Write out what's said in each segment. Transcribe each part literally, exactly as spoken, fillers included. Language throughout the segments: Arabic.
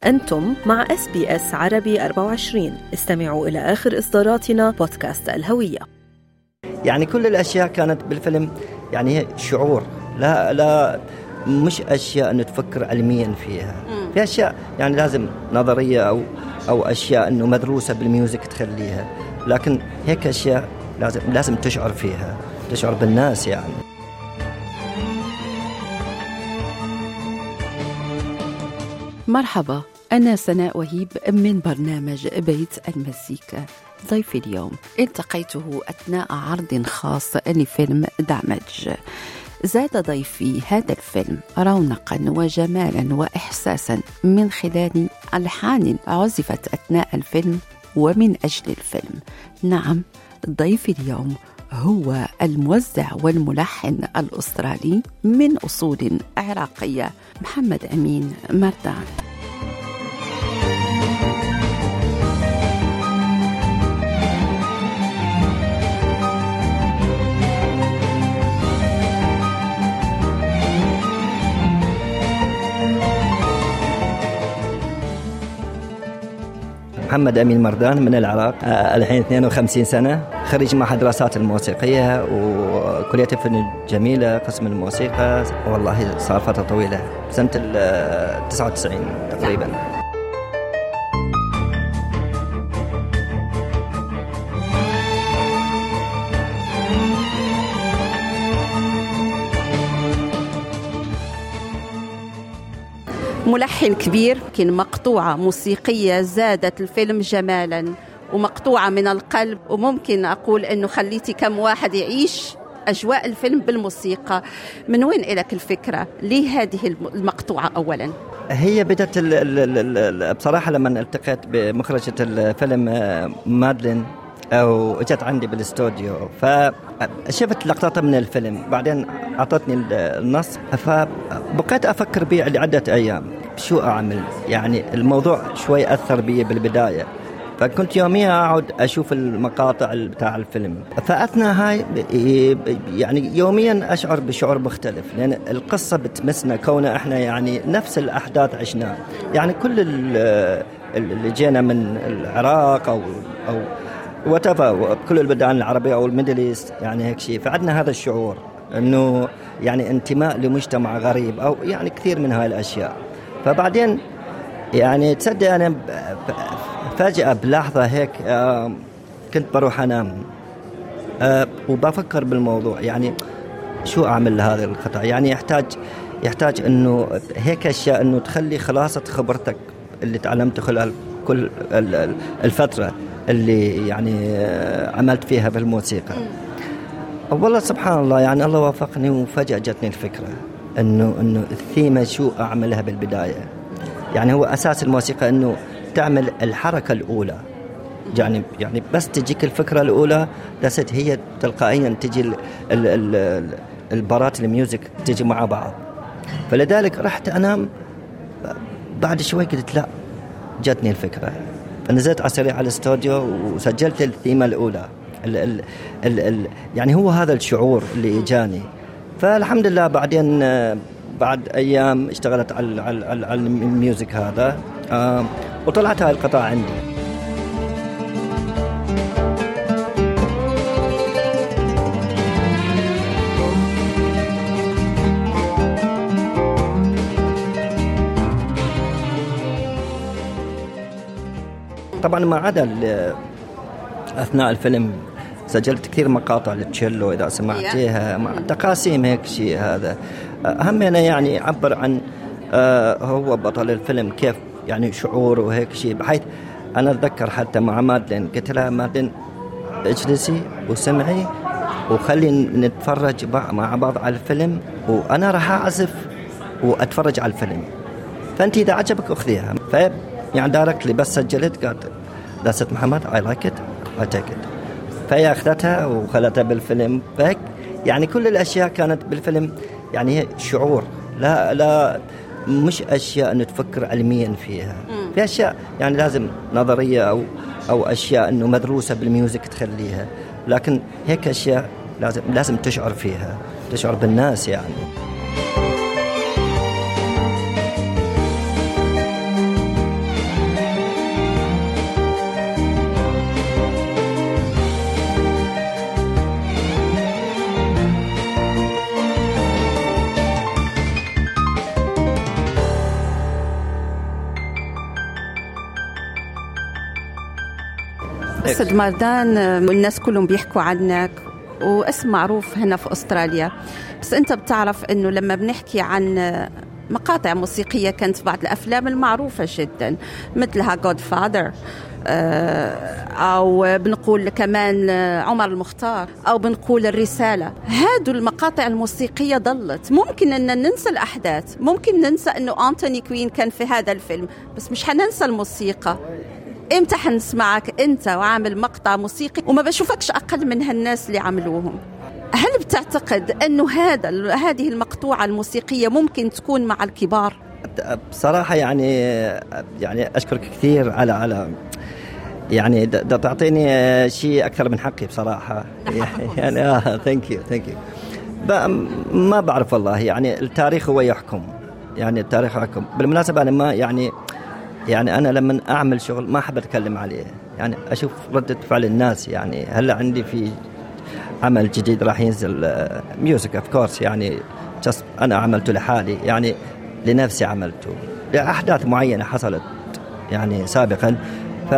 أنتم مع إس بي إس عربي أربعة وعشرين. استمعوا إلى آخر إصداراتنا بودكاست الهوية. يعني كل الأشياء كانت بالفيلم يعني هي شعور، لا لا مش أشياء أنه تفكر علميا فيها. في أشياء يعني لازم نظرية أو أو أشياء أنه مدروسة بالميوزك تخليها، لكن هيك أشياء لازم لازم تشعر فيها، تشعر بالناس يعني. مرحبا، أنا سناء وهيب من برنامج بيت المزيكا. ضيفي اليوم التقيته أثناء عرض خاص لفيلم دعمج. زاد ضيفي هذا الفيلم رونقا وجمالا وإحساسا من خلال ألحان عزفت أثناء الفيلم ومن أجل الفيلم. نعم، ضيفي اليوم هو الموزع والملحن الأسترالي من أصول عراقية محمد أمين مردان. محمد أمين مردان من العراق، الحين اثنين وخمسين سنة، خريج معهد دراسات الموسيقية وكلية الفنون الجميلة قسم الموسيقى. والله صار فترة طويلة، سنة تسعة وتسعين تقريبا. ملحن كبير، يمكن مقطوعة موسيقية زادت الفيلم جمالا ومقطوعة من القلب، وممكن أقول أنه خليتي كم واحد يعيش أجواء الفيلم بالموسيقى. من وين إلك الفكرة لهذه المقطوعة؟ أولا هي بدت بصراحة لما التقيت بمخرجة الفيلم مادلين أو اجت عندي بالاستوديو، فشفت لقطة من الفيلم، بعدين أعطتني النص، فبقيت أفكر بيه لعدة أيام شو أعمل. يعني الموضوع شوي أثر بي بالبداية، فكنت يوميا أقعد أشوف المقاطع بتاع الفيلم، فأثناء هاي يعني يوميا أشعر بشعور مختلف، لأن القصة بتمسنا كونه إحنا يعني نفس الأحداث عشناها. يعني كل اللي جينا من العراق أو أو وتفا كل البلدان العربية أو الميدليست، يعني هيك شيء، فعندنا هذا الشعور إنه يعني انتماء لمجتمع غريب أو يعني كثير من هاي الأشياء. فبعدين يعني تصدق أنا فجأة بلحظة هيك كنت بروح أنام وبفكر بالموضوع، يعني شو أعمل لهذا القطع. يعني يحتاج يحتاج إنه هيك أشياء إنه تخلي خلاصة خبرتك اللي تعلمته خلال كل الفترة اللي يعني عملت فيها بالموسيقى. والله سبحان الله، يعني الله وفقني وفجأة جتني الفكرة إنه إنه الثيمة شو أعملها بالبداية. يعني هو أساس الموسيقى إنه تعمل الحركة الأولى، يعني يعني بس تجيك الفكرة الأولى بس هي تلقائيا تجي البارات الميوزك تجي مع بعض. فلذلك رحت أنام، بعد شوي قلت لا، جتني الفكرة، نزلت على السريع على الاستوديو وسجلت الثيمة الأولى. ال ال ال ال يعني هو هذا الشعور اللي جاني. فالحمد لله بعدين بعد أيام اشتغلت على على, على الميوزك هذا، آه وطلعت هاي القطعة عندي. طبعا ما عدا أثناء الفيلم سجلت كثير مقاطع للتشيلو إذا سمعتيها مع تقاسيم هيك شيء. هذا أهم أنا يعني عبر عن آه هو بطل الفيلم كيف يعني شعور وهيك شيء، بحيث أنا أتذكر حتى مع مادلين قلت لها مادلين اجلسي وسمعي وخلي نتفرج مع بعض على الفيلم، وأنا راح أعزف وأتفرج على الفيلم، فأنت إذا عجبك أخذيها. ف يعني داركت لي بس سجلت قالت داست محمد I like it I take it، فهي أخذتها وخلتها بالفيلم. فهيك يعني كل الأشياء كانت بالفيلم يعني هي شعور، لا لا مش أشياء أنه تفكر علميا فيها. في أشياء يعني لازم نظرية أو أو أشياء أنه مدروسة بالميوزك تخليها، لكن هيك أشياء لازم لازم تشعر فيها، تشعر بالناس يعني. أستاذ مردان، الناس كلهم بيحكوا عنك واسم معروف هنا في أستراليا، بس أنت بتعرف أنه لما بنحكي عن مقاطع موسيقية كانت في بعض الأفلام المعروفة جدا مثلها Godfather، أو بنقول كمان عمر المختار، أو بنقول الرسالة، هادو المقاطع الموسيقية ضلت. ممكن أن ننسى الأحداث، ممكن ننسى أنه أنتوني كوين كان في هذا الفيلم، بس مش حننسى الموسيقى. إمتى حنسمعك أنت وعامل مقطع موسيقي وما بشوفكش أقل من هالناس اللي عملوهم؟ هل بتعتقد أنه هذا هذه المقطوعة الموسيقية ممكن تكون مع الكبار؟ بصراحة يعني يعني أشكرك كثير على على يعني ده تعطيني شيء أكثر من حقي بصراحة. يعني آه ثانك يو ثانك يو. ما بعرف والله، يعني التاريخ هو يحكم، يعني التاريخ يحكم. بالمناسبة أنا ما يعني يعني أنا لما أعمل شغل ما أحب أتكلم عليه، يعني أشوف ردة فعل الناس. يعني هلا عندي في عمل جديد راح ينزل ميوزك أوف كورس، يعني جست أنا عملته لحالي، يعني لنفسي عملته لأحداث معينة حصلت يعني سابقا. ف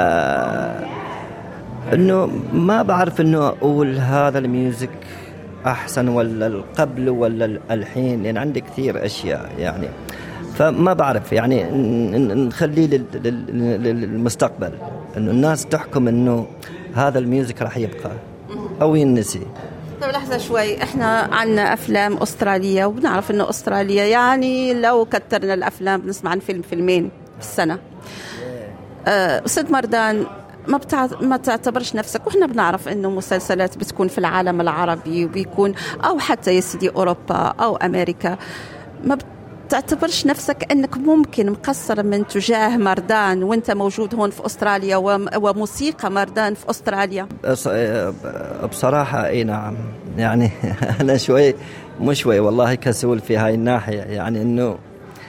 إنه ما بعرف إنه أقول هذا الميوزك أحسن ولا القبل ولا الحين، لأن عندي كثير أشياء يعني، فما بعرف يعني نخليه للمستقبل، إنه الناس تحكم إنه هذا الميوزك راح يبقى أو ينسي. طيب لحظة شوي، إحنا عنا أفلام أسترالية وبنعرف إنه أستراليا يعني لو كترنا الأفلام بنسمع عن فيلم فيلمين في السنة. أستاذ مردان، ما بتع... ما تعتبرش نفسك، وإحنا بنعرف إنه مسلسلات بتكون في العالم العربي وبيكون أو حتى يا سيدي أوروبا أو أمريكا، ما تعتبرش نفسك أنك ممكن مقصر من تجاه مردان وانت موجود هون في أستراليا وموسيقى مردان في أستراليا؟ بصراحة اي نعم، يعني أنا شوي مو شوي والله كسول في هاي الناحية، يعني أنه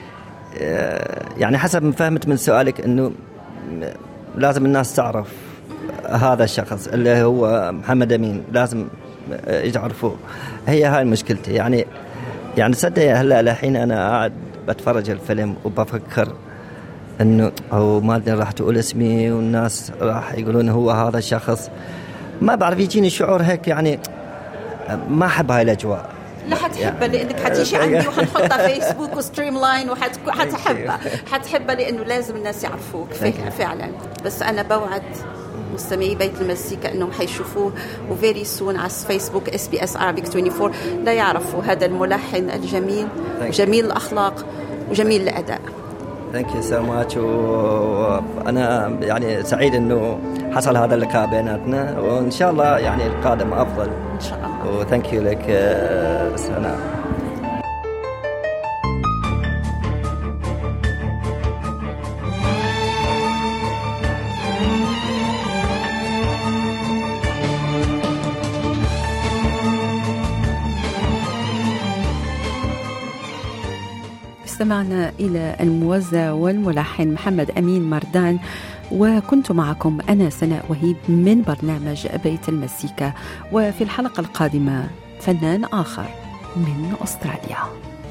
يعني حسب ما فهمت من سؤالك أنه لازم الناس تعرف هذا الشخص اللي هو محمد أمين، لازم يعرفوه. هي هاي مشكلتي يعني. يعني صدق هلا الحين أنا قاعد بتفرج الفيلم وبفكر إنه أو ما أدري راح تقول اسمي والناس راح يقولون هو هذا الشخص. ما بعرف، يجيني شعور هيك يعني ما أحب هاي الأجواء. لا حتحبها لأنك حتيجي عندي وحنحطها فيسبوك وستريم لاين وحتحبها حتحبها لأنه لازم الناس يعرفوك فعلا. بس أنا بوعد مستمعي بيت المزيكا انهم حيشوفوه وفيري سون على فيسبوك اس بي اس عربيك أربعة وعشرين لا يعرفوا هذا الملحن الجميل وجميل الاخلاق وجميل الاداء. ثانك يو سو ماتش، وانا يعني سعيد انه حصل هذا اللقاء بيناتنا، وان شاء الله يعني القادم افضل ان شاء الله. وثانك يو لك سناء. استمعنا إلى الموزع والملحن محمد أمين مردان، وكنت معكم أنا سناء وهيب من برنامج بيت المزيكا، وفي الحلقة القادمة فنان آخر من أستراليا.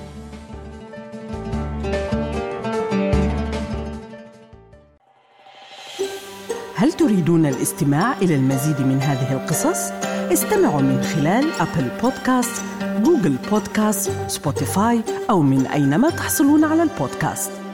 هل تريدون الاستماع إلى المزيد من هذه القصص؟ استمعوا من خلال أبل بودكاست، جوجل بودكاست، سبوتيفاي أو من أينما تحصلون على البودكاست.